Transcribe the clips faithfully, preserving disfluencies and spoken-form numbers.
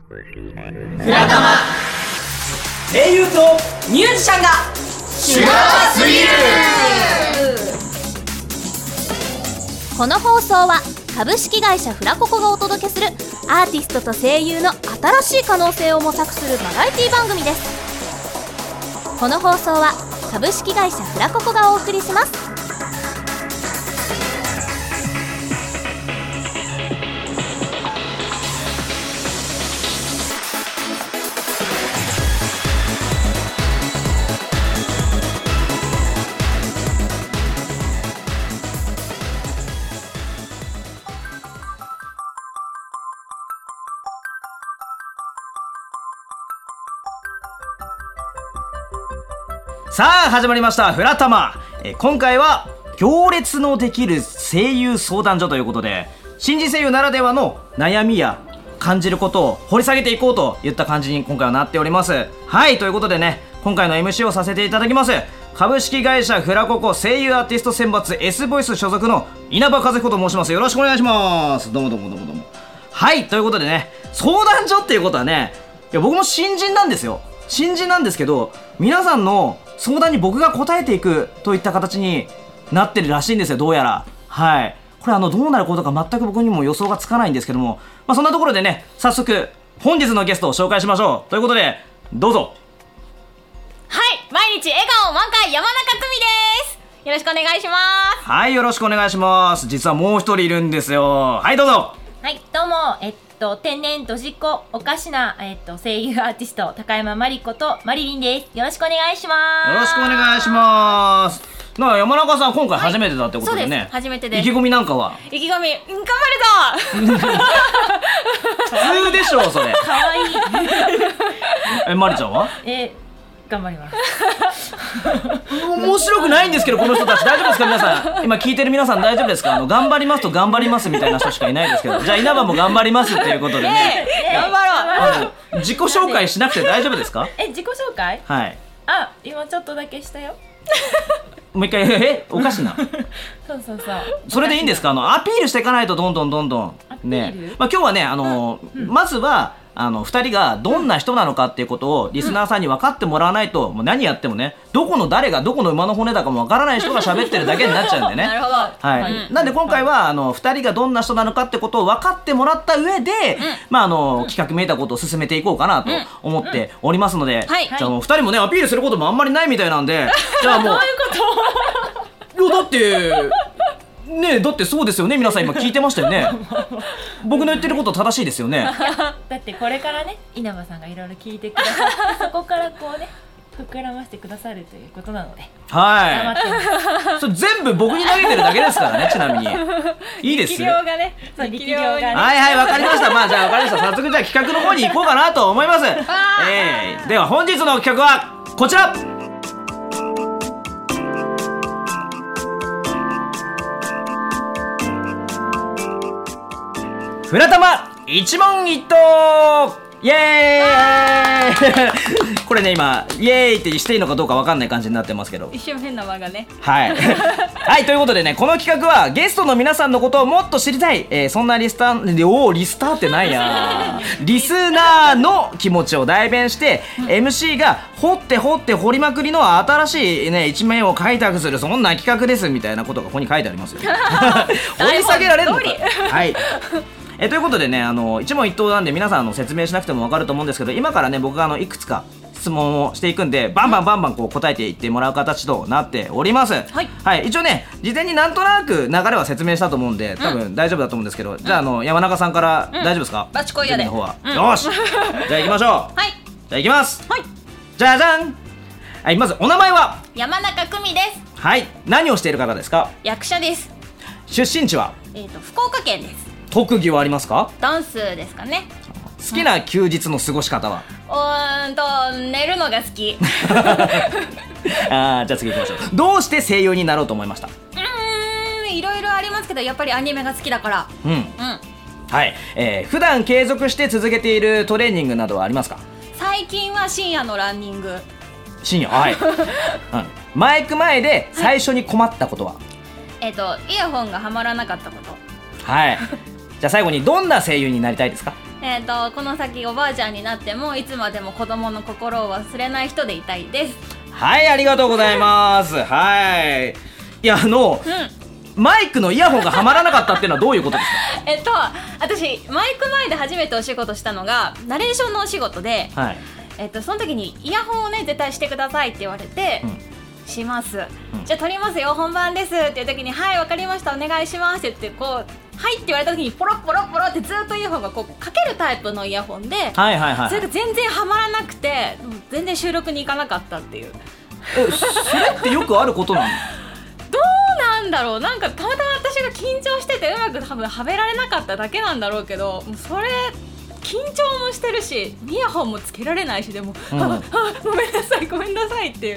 フラタマ声優とミュージシャンがシュガーすぎる。 この放送は株式会社フラココがお届けするアーティストと声優の新しい可能性を模索するバラエティ番組です。この放送は株式会社フラココがお送りします。 さあ始まりましたフラタマ。え今回は行列のできる声優相談所ということで、新人声優ならではの悩みや感じることを掘り下げていこうといった感じに今回はなっております。はい、ということでね、今回の エムシー をさせていただきます株式会社フラココ声優アーティスト選抜 S ボイス所属の稲葉和彦と申します。よろしくお願いします。どうもどうもどうもどうも。はい、ということでね、相談所っていうことはね、いや僕も新人なんですよ。新人なんですけど、皆さんの相談に僕が答えていくといった形になってるらしいんですよ、どうやら。はい、これあのどうなることか全く僕にも予想がつかないんですけども、まあ、そんなところでね、早速本日のゲストを紹介しましょう。ということでどうぞ。 はい、毎日笑顔満開山中久美です。よろしくお願いします。 はい、よろしくお願いします。実はもう一人いるんですよ。はい、どうぞ。 はい、どうも、えっと天然ドジっ子おかしな、えっと、声優アーティスト高山まりことまりりんです。よろしくお願いします。 よろしくお願いします。なあ、山中さん今回初めてだってことでね、はい、 そうです、初めてです。 意気込みなんかは？ 意気込み、うん、頑張るぞ普通でしょそれ。 かわいいえ、まりちゃんは？ え頑張ります面白くないんですけど、この人たち大丈夫ですか？皆さん今聞いてる皆さん大丈夫ですか？あの頑張りますと頑張りますみたいな人しかいないですけど、じゃあ稲葉も頑張りますっていうことでね、 えーえー、頑張ろう。 あの自己紹介しなくて大丈夫ですか？ え、自己紹介？ はい。 あ、今ちょっとだけしたよもう一回。え、おかしなそうそうそう、 それでいいんですか？あのアピールしていかないとどんどんどんどんね、まあ、今日はね、あの、うん、まずはあのふたりがどんな人なのかっていうことをリスナーさんに分かってもらわないと、もう何やってもね、どこの誰がどこの馬の骨だかも分からない人が喋ってるだけになっちゃうんでねなるほど、 はい、うん、なんで今回はあのふたりがどんな人なのかってことを分かってもらった上で、うん、まああの企画めいたことを進めていこうかなと思っておりますので、うんうん、はい、じゃあもうふたりもねアピールすることもあんまりないみたいなんでじゃあもうどういうこといやだってねえ、だってそうですよね、皆さん今聞いてましたよね僕の言ってること正しいですよねだってこれからね、稲葉さんがいろいろ聞いてくださってそこからこうね膨らませてくださるということなので、 はいそれ全部僕に投げてるだけですからねちなみにいいです力量がね、そう力量がね、 はいはい、わかりました。まあじゃあわかりました。早速じゃあ企画の方に行こうかなと思いますえー、では本日の企画はこちら。フラタマ一問一答イエーイこれね今イエーイってしていいのかどうか分かんない感じになってますけど、 一瞬変な輪がね、 はいはい、ということでね、この企画はゲストの皆さんのことをもっと知りたい、えー、そんなリスターおーリスターってないやリスナーの気持ちを代弁して、うん、エムシー が掘って掘って掘りまくりの新しいね一面を開拓する、そんな企画ですみたいなことがここに書いてありますよ掘り下げられるのかはいえということでね、あの一問一答なんで皆さんあの説明しなくても分かると思うんですけど、今からね僕があのいくつか質問をしていくんで、バンバンバンバンこう答えていってもらう形となっております。はい、はい、一応ね事前になんとなく流れは説明したと思うんで多分大丈夫だと思うんですけど、うん、じゃああの山中さんから大丈夫ですか？ バチコイヤで、 の方は、うん、よしじゃあ行きましょうはい、じゃあ行きます。 はい、 じゃじゃん。はい、まずお名前は？ 山中久美です。 はい、何をしている方ですか？ 役者です。 出身地は？ えーと福岡県です。 特技はありますか？ ダンスですかね。 好きな休日の過ごし方は？ うーんと寝るのが好きあーじゃあ次行きましょう。どうして声優になろうと思いました？うーんいろいろありますけど、やっぱりアニメが好きだから。うん、うん、 はい、えー、普段継続して続けているトレーニングなどはありますか？ 最近は深夜のランニング。 深夜、はい、うん、マイク前で最初に困ったことは？ えっとイヤホンがはまらなかったこと。 はいじゃあ最後にどんな声優になりたいですか？ ええーとこの先おばあちゃんになってもいつまでも子供の心を忘れない人でいたいです。 はい、ありがとうございます。はい。いや、あの、 うん、 マイクのイヤホンがはまらなかったっていうのはどういうことですか？ えっと私マイク前で初めてお仕事したのがナレーションのお仕事で、 はい。 えっとその時にイヤホンをね絶対してくださいって言われて、 うんします、 うんじゃあ撮りますよ本番ですっていう時にはいわかりましたお願いしますって言ってこうはいって言われた時にポロポロポロってずっとイヤホンがこうかけるタイプのイヤホンで、 はいはいはい。 それが全然はまらなくて全然収録に行かなかったっていう。 え、それってよくあることなの？ どうなんだろう、なんかたまたま私が緊張しててうまく多分はめられなかっただけなんだろうけど、もうそれ緊張もしてるしイヤホンもつけられないし、でも、 うん、 ああごめんなさいごめんなさいっていう。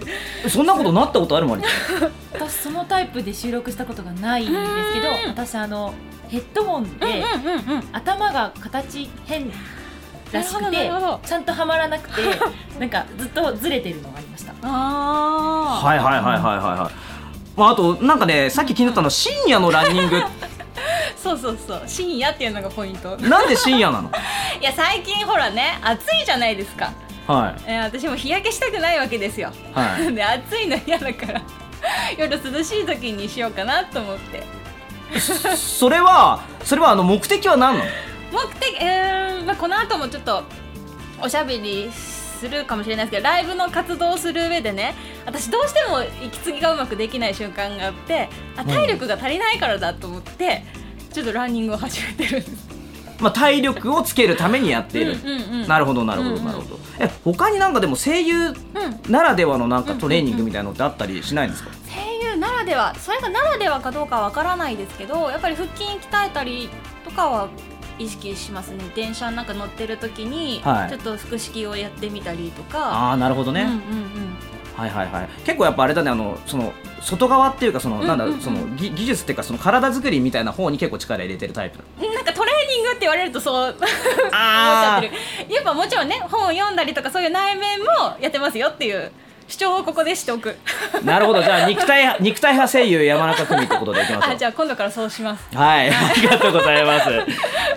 そんなことなったことあるもんね。 私そのタイプで収録したことがないんですけど、私あのヘッドホンで、 うんうんうんうん、 頭が形変らしくてなるほどなるほどちゃんとはまらなくてなんかずっとずれてるのがありました。 あはいはいはいはいはいはい。まあ、あとなんかね、さっき気になったのは深夜のランニング。 そうそうそう深夜っていうのがポイント。 なんで深夜なの？ いや最近ほらね暑いじゃないですか、 はいえー、私も日焼けしたくないわけですよ、 はい、 で暑いの嫌だから夜涼しい時にしようかなと思って。 それはそれはあの目的は何なの？ 目的、えーまあ、この後もちょっとおしゃべりするかもしれないですけど、ライブの活動をする上でね、私どうしても息継ぎがうまくできない瞬間があって、あ体力が足りないからだと思って、うん、ちょっとランニングを始めてるんです。 まあ、体力をつけるためにやっている。うんうんうん、なるほどなるほどなるほど。うんうん、え他になんかでも声優ならではのなんかトレーニングみたいなのってあったりしないんですか？ 声優ならでは、それがならではかどうかわからないですけど、やっぱり腹筋鍛えたりとかは意識しますね。電車なんか乗ってる時に、はい、ちょっと腹式をやってみたりとか。 ああなるほどね。うんうんうん、はいはいはい。結構やっぱあれだね、あのその外側っていうかその、うんうんうん、なんだその技術っていうかその体作りみたいな方に結構力入れてるタイプ。 なんかトレーニングって言われるとそう思っちゃってる。やっぱもちろんね本を読んだりとかそういう内面もやってますよっていう主張をここでしておく。 なるほど。じゃあ肉体肉体派声優山中久美ってことでいきましょう。 あ、じゃあ今度からそうします。 はい、ありがとうございます。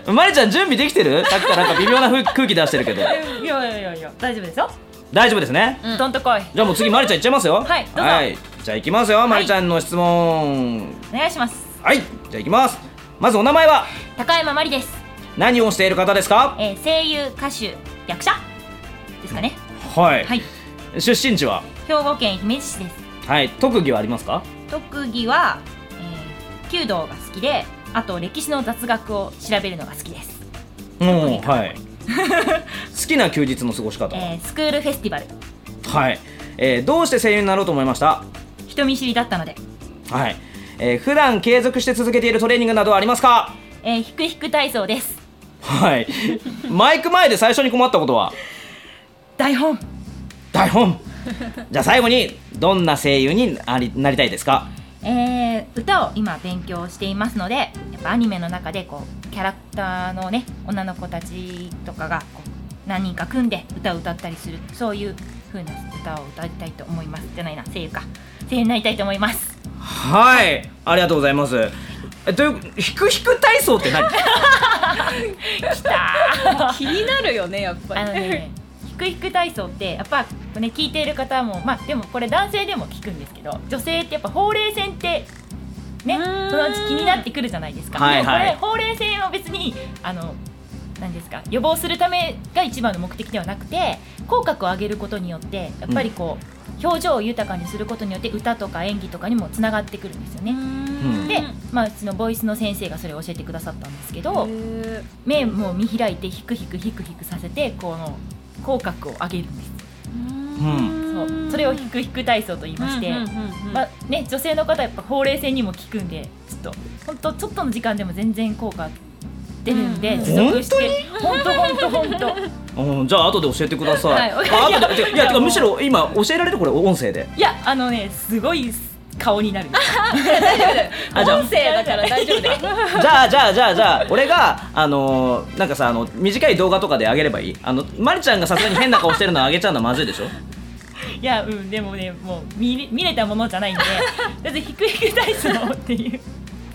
まりちゃん準備できてる？さっきからなんか微妙な空気出してるけど。いやいやいやいや大丈夫ですよ。 大丈夫ですね。 うん、どんとこい。 じゃあもう次まりちゃんいっちゃいますよ。 はい、どうぞ。 はい、じゃあいきますよ。まりちゃんの質問、 お願いします。 はい、じゃあいきます。まずお名前は？ 高山まりです。 何をしている方ですか？ えー、声優、歌手、役者ですかね。 はい、 はい、 出身地は？ 兵庫県姫路市です。 はい、特技はありますか？ 特技は、えー、弓道が好きで、あと歴史の雑学を調べるのが好きです。 うん、はい。好きな休日の過ごし方は？ えー、スクールフェスティバル。 はい、えー、どうして声優になろうと思いました？ 人見知りだったので。 はい、えー、普段継続して続けているトレーニングなどはありますか？ えー、ひくひく体操です。 はい。マイク前で最初に困ったことは？ 台本。 台本。じゃあ最後にどんな声優になり、なりたいですか？ えー、歌を今勉強していますので、やっぱアニメの中でこうキャラクターのね女の子たちとかがこう何人か組んで歌を歌ったりする、そういう風な歌を歌いたいと思います。じゃないな、声優か声優になりたいと思います。 はい、ありがとうございます。えというひくひく体操って何？きた気になるよねやっぱり。 あのねひくひく体操ってやっぱね聞いている方も、まあでもこれ男性でも聞くんですけど、女性ってやっぱほうれい線ってねそのうち気になってくるじゃないですか。 はいはい、 でもこれほうれい線を別にあの何ですか予防するためが一番の目的ではなくて、口角を上げることによってやっぱりこう、うん、表情を豊かにすることによって歌とか演技とかにもつながってくるんですよね。で、まあ、そのボイスの先生がそれを教えてくださったんですけど、目も見開いてヒクヒクヒクヒクさせてこの口角を上げるんです。うん、そうそれをヒクヒク体操と言いまして、まあね、女性の方はやっぱほうれい線にも効くんで、ちょっと本当ちょっとの時間でも全然効果出るんで、持続して本当本当本当。 うん、じゃあ後で教えてください。 はい、 あ後でいやてかむしろ今教えられるこれ音声で。 いやあのねすごい顔になる。 大丈夫。音声だから大丈夫で。 じゃあじゃあじゃあじゃあ俺があのー、なんかさあの短い動画とかであげればいい？あのまりちゃんがさすがに変な顔してるのあげちゃうのはまずいでしょ？ いやうんでもねもう見れ、見れたものじゃないんで、だってひくひく体操っていう。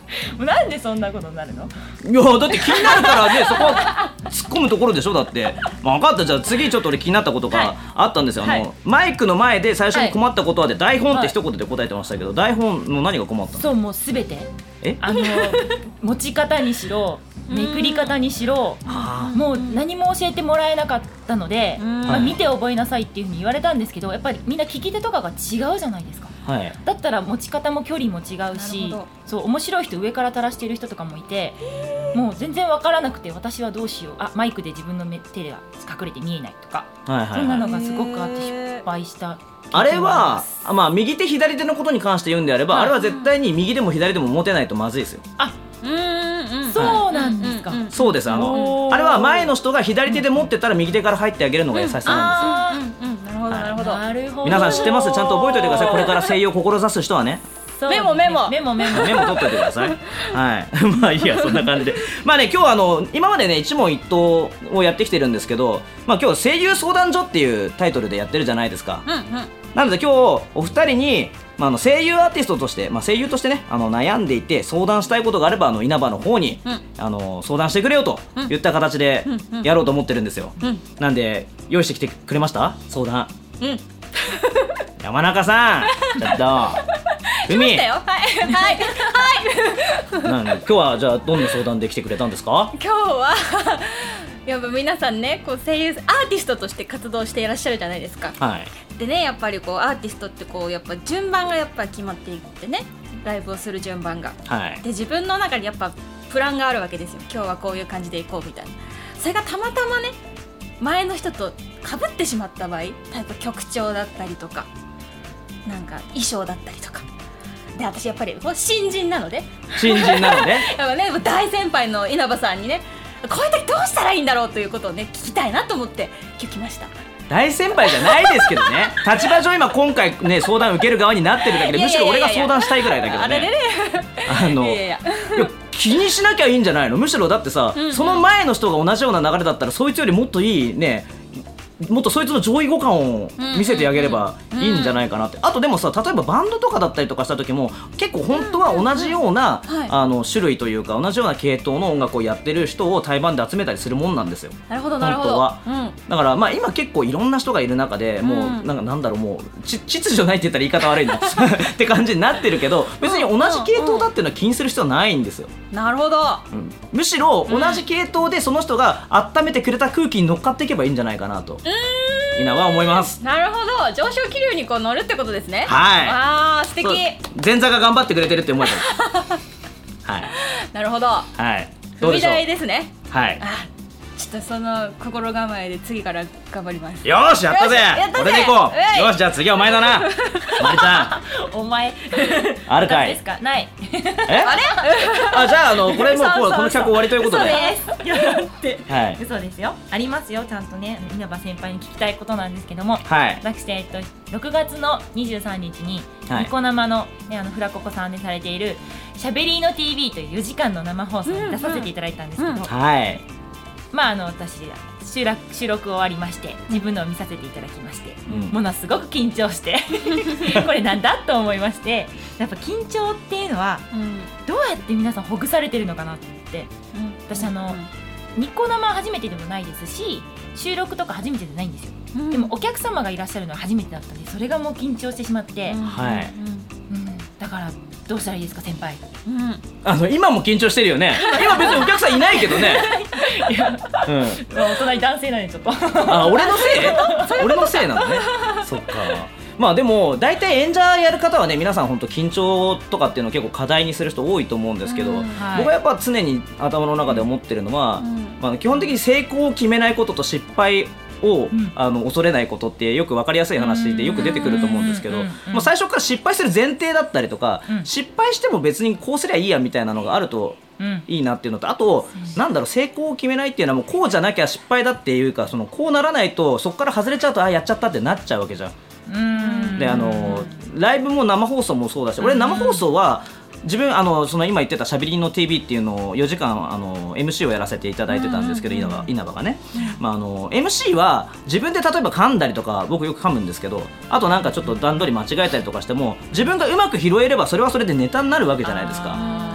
なんでそんなことになるの？ いやだって気になるからねそこは突っ込むところでしょ。だって、まあ、分かった。じゃあ次ちょっと俺気になったことがあったんですよ、 はいあのマイクの前で最初に困ったことはで、台本って一言で答えてましたけど、台本の何が困ったの？ そう、もうすべてえあの持ち方にしろめくり方にしろあもう何も教えてもらえなかったので、 うんまあ、見て覚えなさいっていうふうに言われたんですけど、やっぱりみんな聞き手とかが違うじゃないですか。 はいだったら持ち方も距離も違うなるしほど、 そう面白い人上から垂らしている人とかもいて、もう全然わからなくて私はどうしよう、あマイクで自分の目手が隠れて見えないとか、 はいはいそんなはい。 のがすごくあって失敗したあれはあまあ右手左手のことに関して言うんであれば、 はいあれは絶対に右でも左でも持てないとまずいですよ。 あうんうんそうなんですか、 うんうんうんそうです。あのおーあれは前の人が左手で持ってたら右手から入ってあげるのが優しさなんですよ。 あうんうんなるほどなるほど、 なるほど。 皆さん知ってます？ちゃんと覚えておいてください。これから声優を志す人はね、 そうですねメモメモメモメモメモ取っておいてください。はいまあいいや、そんな感じでまあね、今日はあの今までね一問一答をやってきてるんですけど、まあ今日声優相談所っていうタイトルでやってるじゃないですか。 うんうんなので今日お二人に、まあ、あの声優アーティストとして、まあ、声優としてねあの悩んでいて相談したいことがあればあの稲葉の方に、 うんあの相談してくれよといった形でうんうんやろうと思ってるんですよ、 うんなんで用意してきてくれました相談。 うん山中さんちょっと海だよはいはいはいなん今日はじゃあどんな相談で来てくれたんですか？ 今日はやっぱ皆さんねこう声優アーティストとして活動していらっしゃるじゃないですか。 はいでねやっぱりこうアーティストってこうやっぱ順番がやっぱ決まっていってね、ライブをする順番がはいで自分の中にやっぱプランがあるわけですよ。今日はこういう感じで行こうみたいな。それがたまたまね前の人と被ってしまった場合、例えば曲調だったりとかなんか衣装だったりとかで、私やっぱりもう新人なので新人なのでやっぱねもう大先輩の稲葉さんにねこういう時どうしたらいいんだろうということをね聞きたいなと思って今日来ました。 大先輩じゃないですけどね立場上今今回ね相談受ける側になってるだけで、むしろ俺が相談したいぐらいだけどあれれねれあのいやいやいや気にしなきゃいいんじゃないの？むしろだってさ、 うんうんその前の人が同じような流れだったらそいつよりもっといいね、もっとそいつの上位互換を見せてあげればいいんじゃないかなって。あとでもさ、例えばバンドとかだったりとかした時も結構本当は同じような、 うんうんはいあの種類というか同じような系統の音楽をやってる人を対バンで集めたりするもんなんですよ。 なるほどなるほど。 本当はうんだからまあ今結構いろんな人がいる中でもううんなんかなんだろう、もうち秩序ないって言ったら言い方悪いなって感じになってるけど、別に同じ系統だっていうのは気にする必要はないんですよ。 なるほど。 うんむしろ同じ系統でその人が温めてくれた空気に乗っかっていけばいいんじゃないかなと稲は思います。 なるほど、上昇気流にこう乗るってことですね。 はいああ素敵そう。前座が頑張ってくれてるって思えばはいなるほど。 はいどう踏みでしょう。 台ですね。 はいあちょっとその心構えで次から頑張ります。 よーしやったぜよしやったぜこれでいこういうよしじゃあ次はお前だなまりちゃんお前あるかいですか？ないえあれあじゃああのこれもうこうこの企画終わりということで嘘ですやってはい嘘ですよ。ありますよ、ちゃんとね。稲葉先輩に聞きたいことなんですけども、 はい私、えっと、ろくがつのにじゅうさんにちに、 はいニコ生の、ね、あのフラココさんでされているしゃべりーの ティーブイ というよじかんの生放送に出させていただいたんですけど、 うんうんはいまああの私収録収録終わりまして自分のを見させていただきまして、 うんものすごく緊張してこれなんだと思いまして、やっぱ緊張っていうのはうんどうやって皆さんほぐされてるのかなって思って、私あのニコ生初めてでもないですし収録とか初めてじゃないんですよ。 うんでもお客様がいらっしゃるのは初めてだったんで、それがもう緊張してしまって、 うんはいうんだからどうしたらいいですか先輩。 うんうんあの今も緊張してるよね今別にお客さんいないけどねいや、 うんまあお隣男性なんでちょっとあ俺のせい俺のせいなのねそっか。まあでも大体演者やる方はね皆さん本当緊張とかっていうのを結構課題にする人多いと思うんですけど、 うんはい僕はやっぱ常に頭の中で思ってるのは、 うんまあ、基本的に成功を決めないことと失敗を、 んあの恐れないことってよく分かりやすい話でよく出てくると思うんですけど、 うんまあ、最初から失敗する前提だったりとか、 うん失敗しても別にこうすりゃいいやみたいなのがあるとうんいいなっていうのと、あとなんだろう、成功を決めないっていうのはもうこうじゃなきゃ失敗だっていうか、そのこうならないとそこから外れちゃうとあやっちゃったってなっちゃうわけじゃん。 うんであのライブも生放送もそうだし、俺生放送は自分あのその今言ってたしゃべりの ティーブイ っていうのをよじかんあの エムシー をやらせていただいてたんですけど、稲葉稲葉がね、まあ、あの エムシー は自分で例えば噛んだりとか僕よく噛むんですけど、あとなんかちょっと段取り間違えたりとかしても自分がうまく拾えればそれはそれでネタになるわけじゃないですか。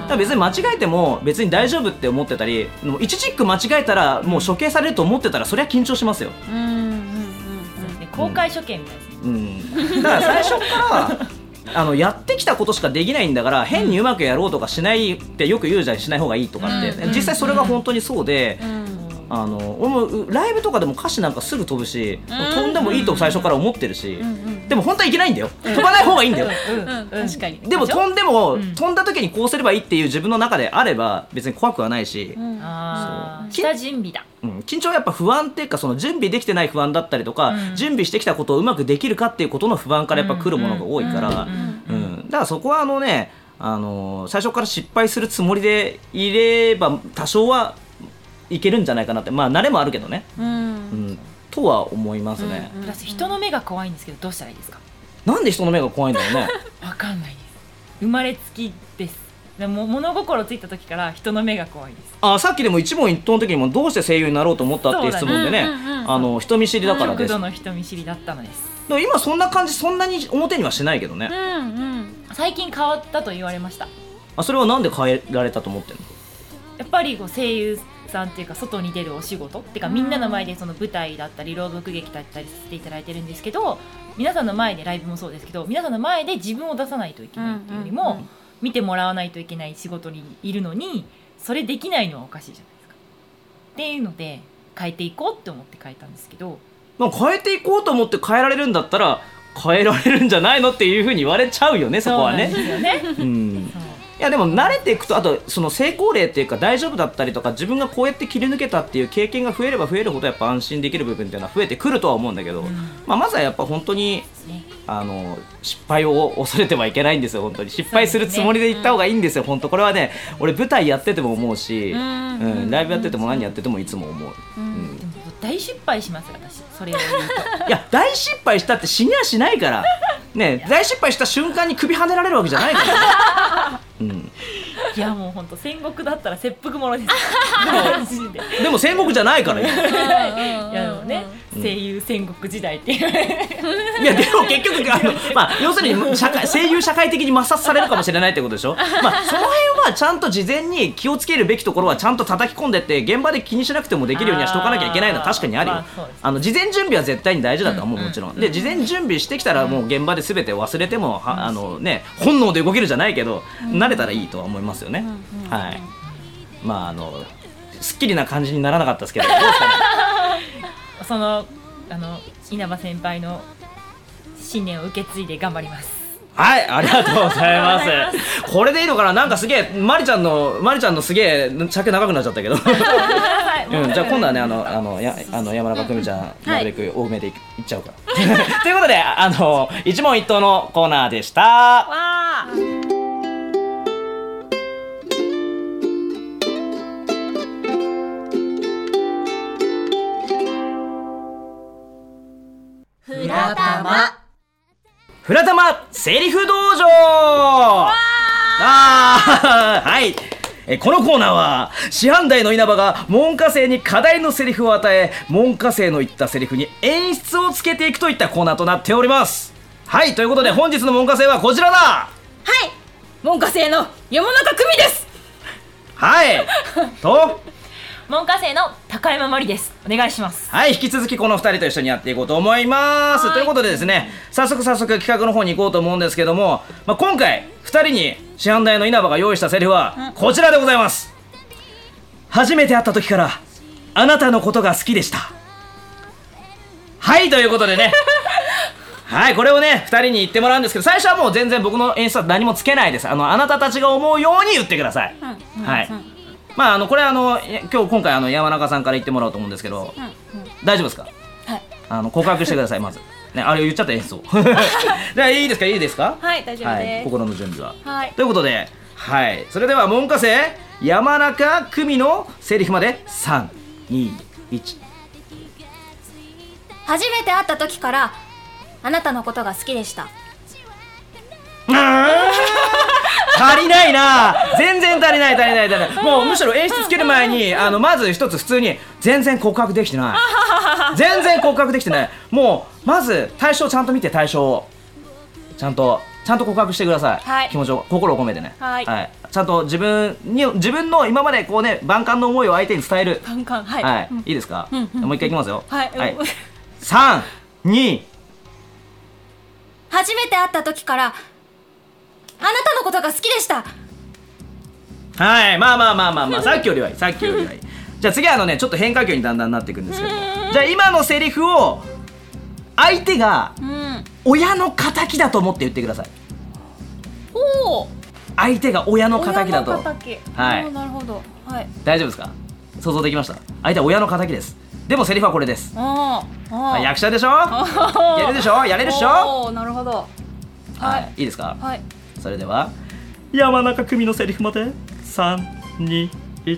だから別に間違えても別に大丈夫って思ってたり、もう一チック間違えたらもう処刑されると思ってたらそりゃ緊張しますよ。 うんうんうんうん。 公開処刑みたいですね。 うん、だから最初からあのやってきたことしかできないんだから変にうまくやろうとかしないってよく言うじゃん、しない方がいいとかって、うん、実際それが本当にそうで、うん、あの俺もライブとかでも歌詞なんかすぐ飛ぶし、うん、飛んでもいいと最初から思ってるし、うん、でも本当はいけないんだよ、飛ばない方がいいんだよ、 うんうん、確かに。 でも飛んでも、うん、飛んだ時にこうすればいいっていう自分の中であれば別に怖くはないし、うん、 あー、下準備だ。 うん、緊張はやっぱ不安っていうか、その準備できてない不安だったりとか、うん、準備してきたことをうまくできるかっていうことの不安からやっぱ来るものが多いから、だからそこはあのね、あのー、最初から失敗するつもりでいれば多少はいけるんじゃないかなって、まあ慣れもあるけどね、うんうん、とは思いますね、 うんうん、プラス人の目が怖いんですけどどうしたらいいですか？ なんで人の目が怖いんだろうねわかんないです。生まれつきです。でも物心ついた時から人の目が怖いです。 あ、さっきでも一問一答の時にもどうして声優になろうと思ったっていう質問でね、あの人見知りだからです。 極度の人見知りだったのです。 でも今そんな感じそんなに表にはしないけどね、うんうん、最近変わったと言われました。 あ、それはなんで変えられたと思ってんの？ やっぱりこう声優さんっていうか外に出るお仕事っていうか、みんなの前でその舞台だったり朗読劇だったりさせていただいてるんですけど、皆さんの前でライブもそうですけど、皆さんの前で自分を出さないといけないっていうよりも、うんうんうん、見てもらわないといけない仕事にいるのにそれできないのはおかしいじゃないですかっていうので変えていこうって思って変えたんですけど、 まあ、変えていこうと思って変えられるんだったら変えられるんじゃないのっていうふうに言われちゃうよね、そこはね。 そうなんですよね、うん、 いやでも慣れていくと、あとその成功例っていうか大丈夫だったりとか自分がこうやって切り抜けたっていう経験が増えれば増えるほどやっぱ安心できる部分っていうのは増えてくるとは思うんだけど、うん、まあ、まずはやっぱ本当にあの失敗を恐れてはいけないんですよ。本当に失敗するつもりでいった方がいいんですよ、うん、本当これはね、俺舞台やってても思うし、うんうん、ライブやってても何やっててもいつも思う、うんうん、 でも大失敗します私それを言うと。 いや大失敗したって死にはしないからね、大失敗した瞬間に首跳ねられるわけじゃないから、ねうん、 いやもう本当戦国だったら切腹者ですでも戦国じゃないからよ。 いやでもね、声優戦国時代っていういやでも結局あの、まあ、要するに社会声優社会的に抹殺されるかもしれないってことでしょ、まあ、その辺はちゃんと事前に気をつけるべきところはちゃんと叩き込んでって現場で気にしなくてもできるようにはしておかなきゃいけないのは確かにあるよ。 あ、まあ、あの事前準備は絶対に大事だと思う、もちろんで、事前準備してきたらもう現場で全て忘れても、うん、あのね、本能で動けるじゃないけど、うん、慣れたらいいとは思いますよね、うんうん、はい。まああのすっきりな感じにならなかったですけどどうですかねそのあの稲葉先輩の信念を受け継いで頑張ります。 はい、ありがとうございますこれでいいのかな。なんかすげえマリちゃんのマリちゃんのすげえ尺長くなっちゃったけど、うん、じゃあ今度はねあのあのやあの山中久美ちゃんなるべく多めでいっちゃうからということであの一問一答のコーナーでした。わーフラタマフラタマセリフ道場。あはいえこのコーナーは師範代の稲葉が門下生に課題のセリフを与え、門下生の言ったセリフに演出をつけていくといったコーナーとなっております。はい、ということで本日の門下生はこちらだ。 はい、門下生の山中久美です。 はいと門下生の高山まりです。お願いします。 はい、引き続きこのふたりと一緒にやっていこうと思います。ということでですね、早速早速企画の方に行こうと思うんですけども、まあ、今回ふたりに師範代の稲葉が用意したセリフはこちらでございます。初めて会った時からあなたのことが好きでした。はい、ということでねはい、これをねふたりに言ってもらうんですけど、最初はもう全然僕の演出は何もつけないです。あのあなたたちが思うように言ってください、うん、はい、うん、まあ、あのこれあの今日今回あの山中さんから言ってもらおうと思うんですけど、うんうん、大丈夫ですか？はい、あの告白してくださいまず、ね、あれ言っちゃった演奏じゃあいいですかいいですか？ はい大丈夫です、 はい、心の準備は、 はい、 ということで、はい、それでは門下生山中久美のセリフまでさんにいち。 初めて会った時からあなたのことが好きでした。 足りないな、全然足りない足りない足りない。もうむしろ演出つける前にあのまず一つ普通に全然告白できてない全然告白できてない。もうまず対象ちゃんと見て、対象をちゃんとちゃんと告白してください、 はい気持ちを心を込めてね、 はいちゃんと自分に自分の今までこうね万感の思いを相手に伝える。 カンカンはい、 はい、 うんいいですか、 うんうんもう一回いきますよ。 はいはい、さん、に、 初めて会った時からあなたのことが好きでした。 はい、まあまあまあまあまあさっきよりはいいさっきよりはいいじゃあ次はあのねちょっと変化球にだんだんなっていくんですけど、じゃあ今のセリフを相手がうん親の敵だと思って言ってください。 おお相手が親の敵だと。 親の敵はいおーなるほどはい大丈夫ですか？想像できました？相手は親の敵です。でもセリフはこれです。 あーまああー役者でしょ？ ややるでしょ？やれるでしょ？ おーなるほどははいい、いいですか？ はいそれでは山中久美のセリフまでさん、に、いち。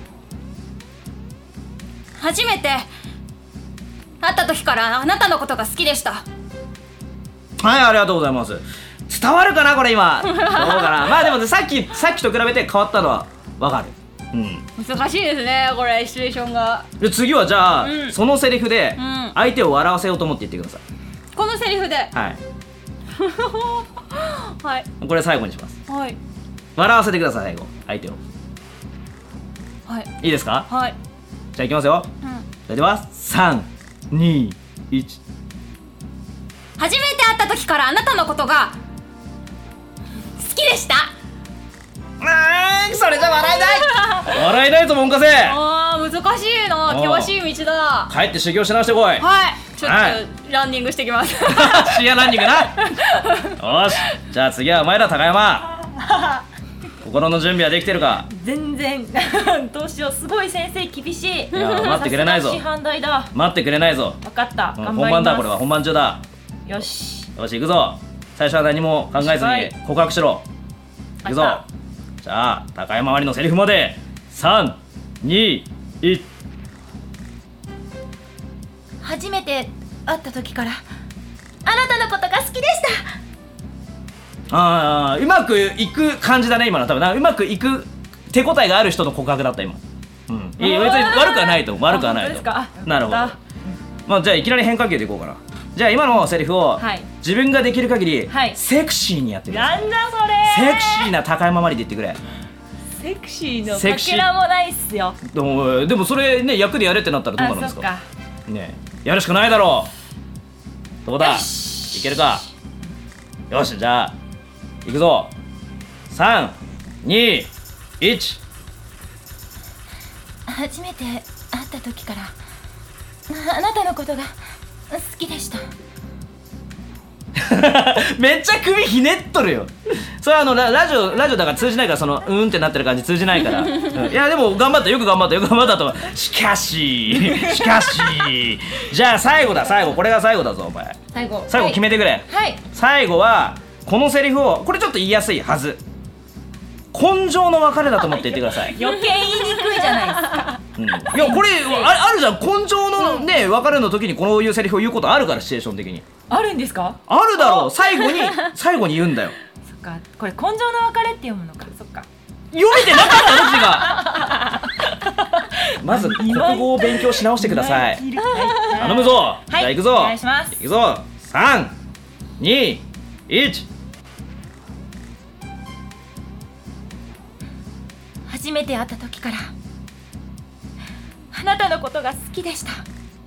初めて会った時からあなたのことが好きでした。 はい、ありがとうございます。伝わるかなこれ今どうかなまあでもさっきさっきと比べて変わったのはわかる。うん難しいですねこれシチュエーションが。 で次はじゃあ、 うんそのセリフでうん相手を笑わせようと思って言ってくださこのセリフでい。はいはいこれ最後にします。 はい笑わせてください最後相手を。 はいいいですか？ はいじゃあいきますよ。 うんそれではさん、に、いち。 初めて会った時からあなたのことが好きでした。 あーそれじゃ笑えない笑えないぞ門下生。 あー難しいなおう険しい道だ。 帰って修行し直してこい。 はいちょっはいとランニングしてきますシアランニングなよしじゃあ次はお前ら高山心の準備はできてるか？ 全然どうしようすごい先生厳しい。いや待ってくれないぞ師範代だ。 待ってくれないぞ。 分かったうん頑張ります。 本番だこれは本番中だ。 よしよし行くぞ。最初は何も考えずに告白しろ。行くぞ。 あじゃあ高山割りのセリフまでさん、に、いち。 初めて会った時からあなたのことが好きでした。 ああうまくいく感じだね今の多分な。うまくいく手応えがある人の告白だった今。うんいい別に悪くはないと思う悪くはないと。 あ本当ですか？ なるほど。 よかっまあじゃあいきなり変化球でいこうかな。じゃあ今のセリフをはい自分ができる限りはいセクシーにやってください。 なんだそれセクシーな高山まりで言ってくれ。 セクシーのセクシーかけらもないっすよ。 でもでもそれね役でやれってなったらどうなるんですか？ あそっかねえやるしかないだろう。どうだよしいけるか？よしじゃあいくぞ。さん、に、いち。 初めて会った時からああなたのことが好きでした。 めっちゃ首ひねっとるよ。それはあのララジオラジオだから通じないからそのうんってなってる感じ通じないから、うんいやでも頑張ったよく頑張ったよく頑張ったと思う。しかししかしじゃあ最後だ最後これが最後だぞお前。 最後最後決めてくれ、 はい最後はこのセリフをこれちょっと言いやすいはず。根性の別れだと思って言ってください。 余計言いにくいじゃないですか。 うん、いやこれああるじゃん根性のね別れの時にこういうセリフを言うことあるからシチュエーション的にあるんですか？ あるだろう。最後に最後に言うんだよ。 そっかこれ根性の別れって読むのか。そっか読めてなかったの字がまず国語を勉強し直してください。 はい頼むぞ、 はいじゃあ行くぞ。 お願いします行くぞ。さん、に、いち。 初めて会った時からあなたのことが好きでした。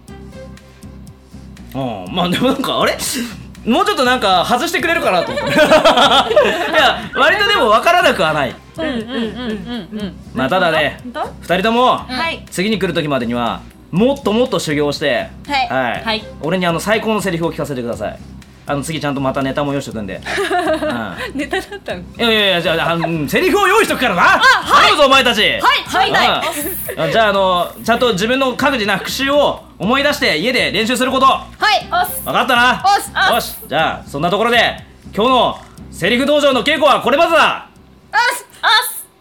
うんまあでもなんかあれもうちょっとなんか外してくれるかなと思っていや割とでも分からなくはない。 うんうんうんうんうんまあただね本当？ ふたりともはい次に来る時までにはもっともっと修行してはいはいはい俺にあの最高のセリフを聞かせてください。あの次ちゃんとまたネタも用意しとくんで、うんネタだったの。 いやいやいやじゃああのうんセリフを用意しとくからな。頼むぞお前たち。 はいはいうんじゃああのちゃんと自分の各自な復習を思い出して家で練習することはいおっす分かったな。 おっすよしじゃあそんなところで今日のセリフ道場の稽古はこれまでだ。 おっすおっす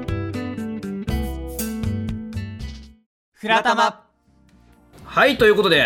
フラタマ。 はいということで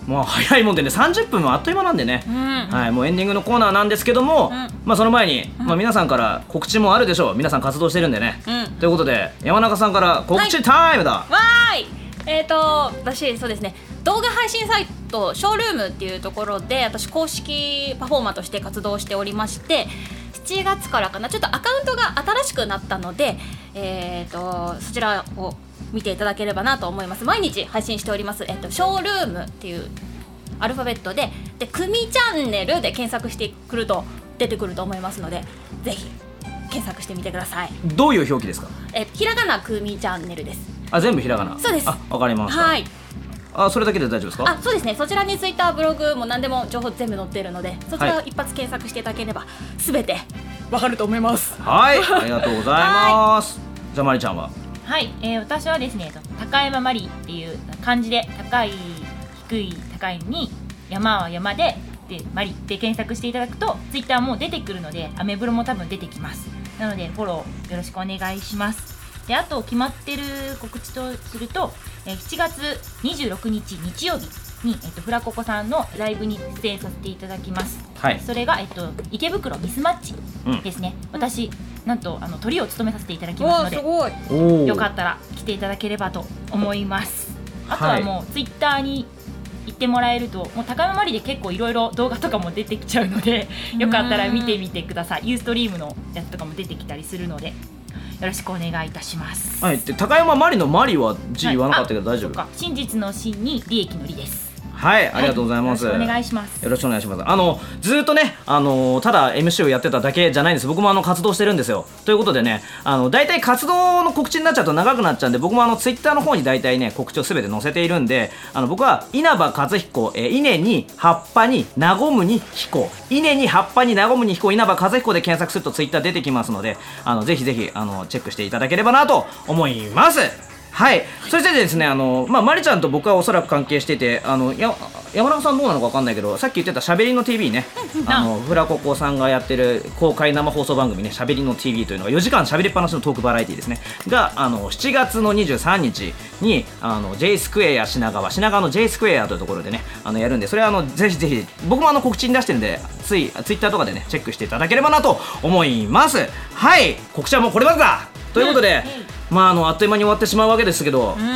もう早いもんでねさんじゅっぷんもあっという間なんでね、 うん、 はい、もうエンディングのコーナーなんですけども、 うん、 まあその前に、まあ、皆さんから告知もあるでしょう。皆さん活動してるんでね、 うん、 ということで山中さんから告知タイムだ、はい、 わーい。えーと私そうですね、動画配信サイトショールームっていうところで私公式パフォーマーとして活動しておりまして、しちがつからかなちょっとアカウントが新しくなったので、えーとそちらを見ていただければなと思います。毎日配信しております、えーとショールームっていうアルファベットでで組チャンネルで検索してくると出てくると思いますので、ぜひ検索してみてください。 どういう表記ですか？ えひらがな組チャンネルです。 あ、全部ひらがな。 そうです。 あ、わかりました。 はい。 あ、それだけで大丈夫ですか？ あ、そうですね。そちらにツイッター、ブログも何でも情報全部載っているので、そちらを一発検索していただければすべてわかると思います。 はい、ありがとうございます。じゃあまりちゃんは？ はい、えー、私はですね、高山まりっていう漢字で高い低い高いに山は山ででまりで検索していただくとツイッターも出てくるので、アメブロも多分出てきます。なのでフォローよろしくお願いします。で、あと決まってる告知とすると、えー、しちがつにじゅうろくにち日曜日に、えっと、フラココさんのライブに出演させていただきます。 はい、 それが、えっと、池袋ミスマッチですね、うん、私なんとあのトリを務めさせていただきますので、 すごいよかったら来ていただければと思います。あとはもうツイッターに行ってもらえると、もう高山まりで結構いろいろ動画とかも出てきちゃうので、よかったら見てみてください。ユーストリームのやつとかも出てきたりするのでよろしくお願いいたします。 はい、で高山まりのまりは字言わなかったけど大丈夫？ はい、真実の真に利益の利です。 はい、ありがとうございます。 はい、よろしくお願いします。 よろしくお願いします。あのずっとね、あのただ エムシー をやってただけじゃないんです。僕もあの活動してるんですよ。ということでね、あの大体活動の告知になっちゃうと長くなっちゃうんで、僕もあのツイッターの方に大体ね告知をすべて載せているんで、あの僕は稲葉和彦、えー、稲に葉っぱに和むに彦、稲に葉っぱに和むに彦、稲葉和彦で検索するとツイッター出てきますので、あのぜひぜひあのチェックしていただければなと思います。はい、そしてですね、あのまあまりちゃんと僕はおそらく関係してて、あのや山中さんどうなのか分かんないけど、さっき言ってたしゃべりの ティーブイ ね、あのフラココさんがやってる公開生放送番組ね、しゃべりの ティーブイ というのがよじかんしゃべりっぱなしのトークバラエティーですねが、あのしちがつのにじゅうさんにちにあの J スクエア品川品川の J スクエアというところでね、あのやるんで、それはあのぜひぜひ僕もあの告知に出してるんで、ついツイッターとかでねチェックしていただければなと思います。はい、告知はもうこれまでだということで、うん、まああのあっという間に終わってしまうわけですけど、うんうん、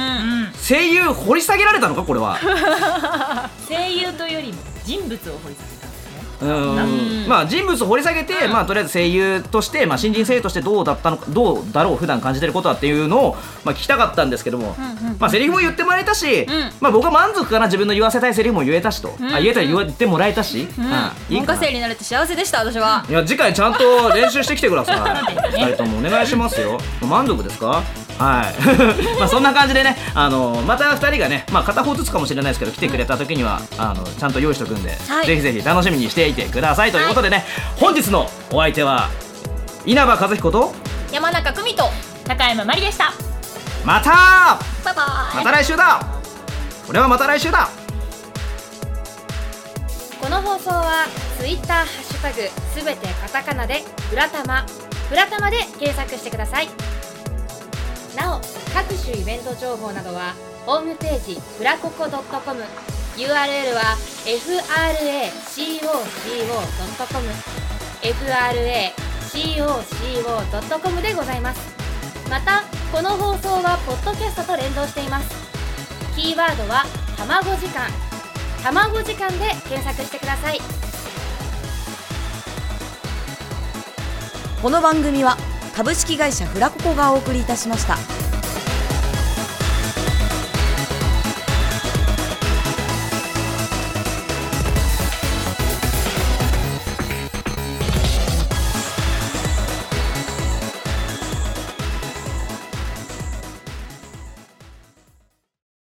声優掘り下げられたのかこれは？ 声優というよりも人物を掘り下げたんですね。 うん、まあ人物を掘り下げて、まあとりあえず声優として、まあ新人声優としてどうだったのか、どうだろう普段感じてることはっていうのをまあ聞きたかったんですけども、うんうん、まあセリフも言ってもらえたし、うん、まあ僕は満足かな、自分の言わせたいセリフも言えたしと、うん、あ言えたら言ってもらえたし、 うん、あいい文科生になれて幸せでした私は。 いや次回ちゃんと練習してきてください。ふたりともお願いしますよ。満足ですか？はいまあそんな感じでね、あのまたふたりがね、まあ片方ずつかもしれないですけど来てくれた時には、うん、あのちゃんと用意しとくんで、はい、ぜひぜひ楽しみにしていてくださいということでね、はい、本日のお相手は稲葉和彦と山中久美と高山まりでした。 またバイバイ。 また来週だ。これはまた来週だ。 この放送はツイッターハッシュタグすべてカタカナでフラタマフラタマで検索してください。なお各種イベント情報などはホームページフラココ .com、 ユーアールエル は エフアールエーココ ドットコム エフアールエーココ ドットコム でございます。またこの放送はポッドキャストと連動しています。キーワードはたまご時間たまご時間で検索してください。 この番組は株式会社フラココがお送りいたしました。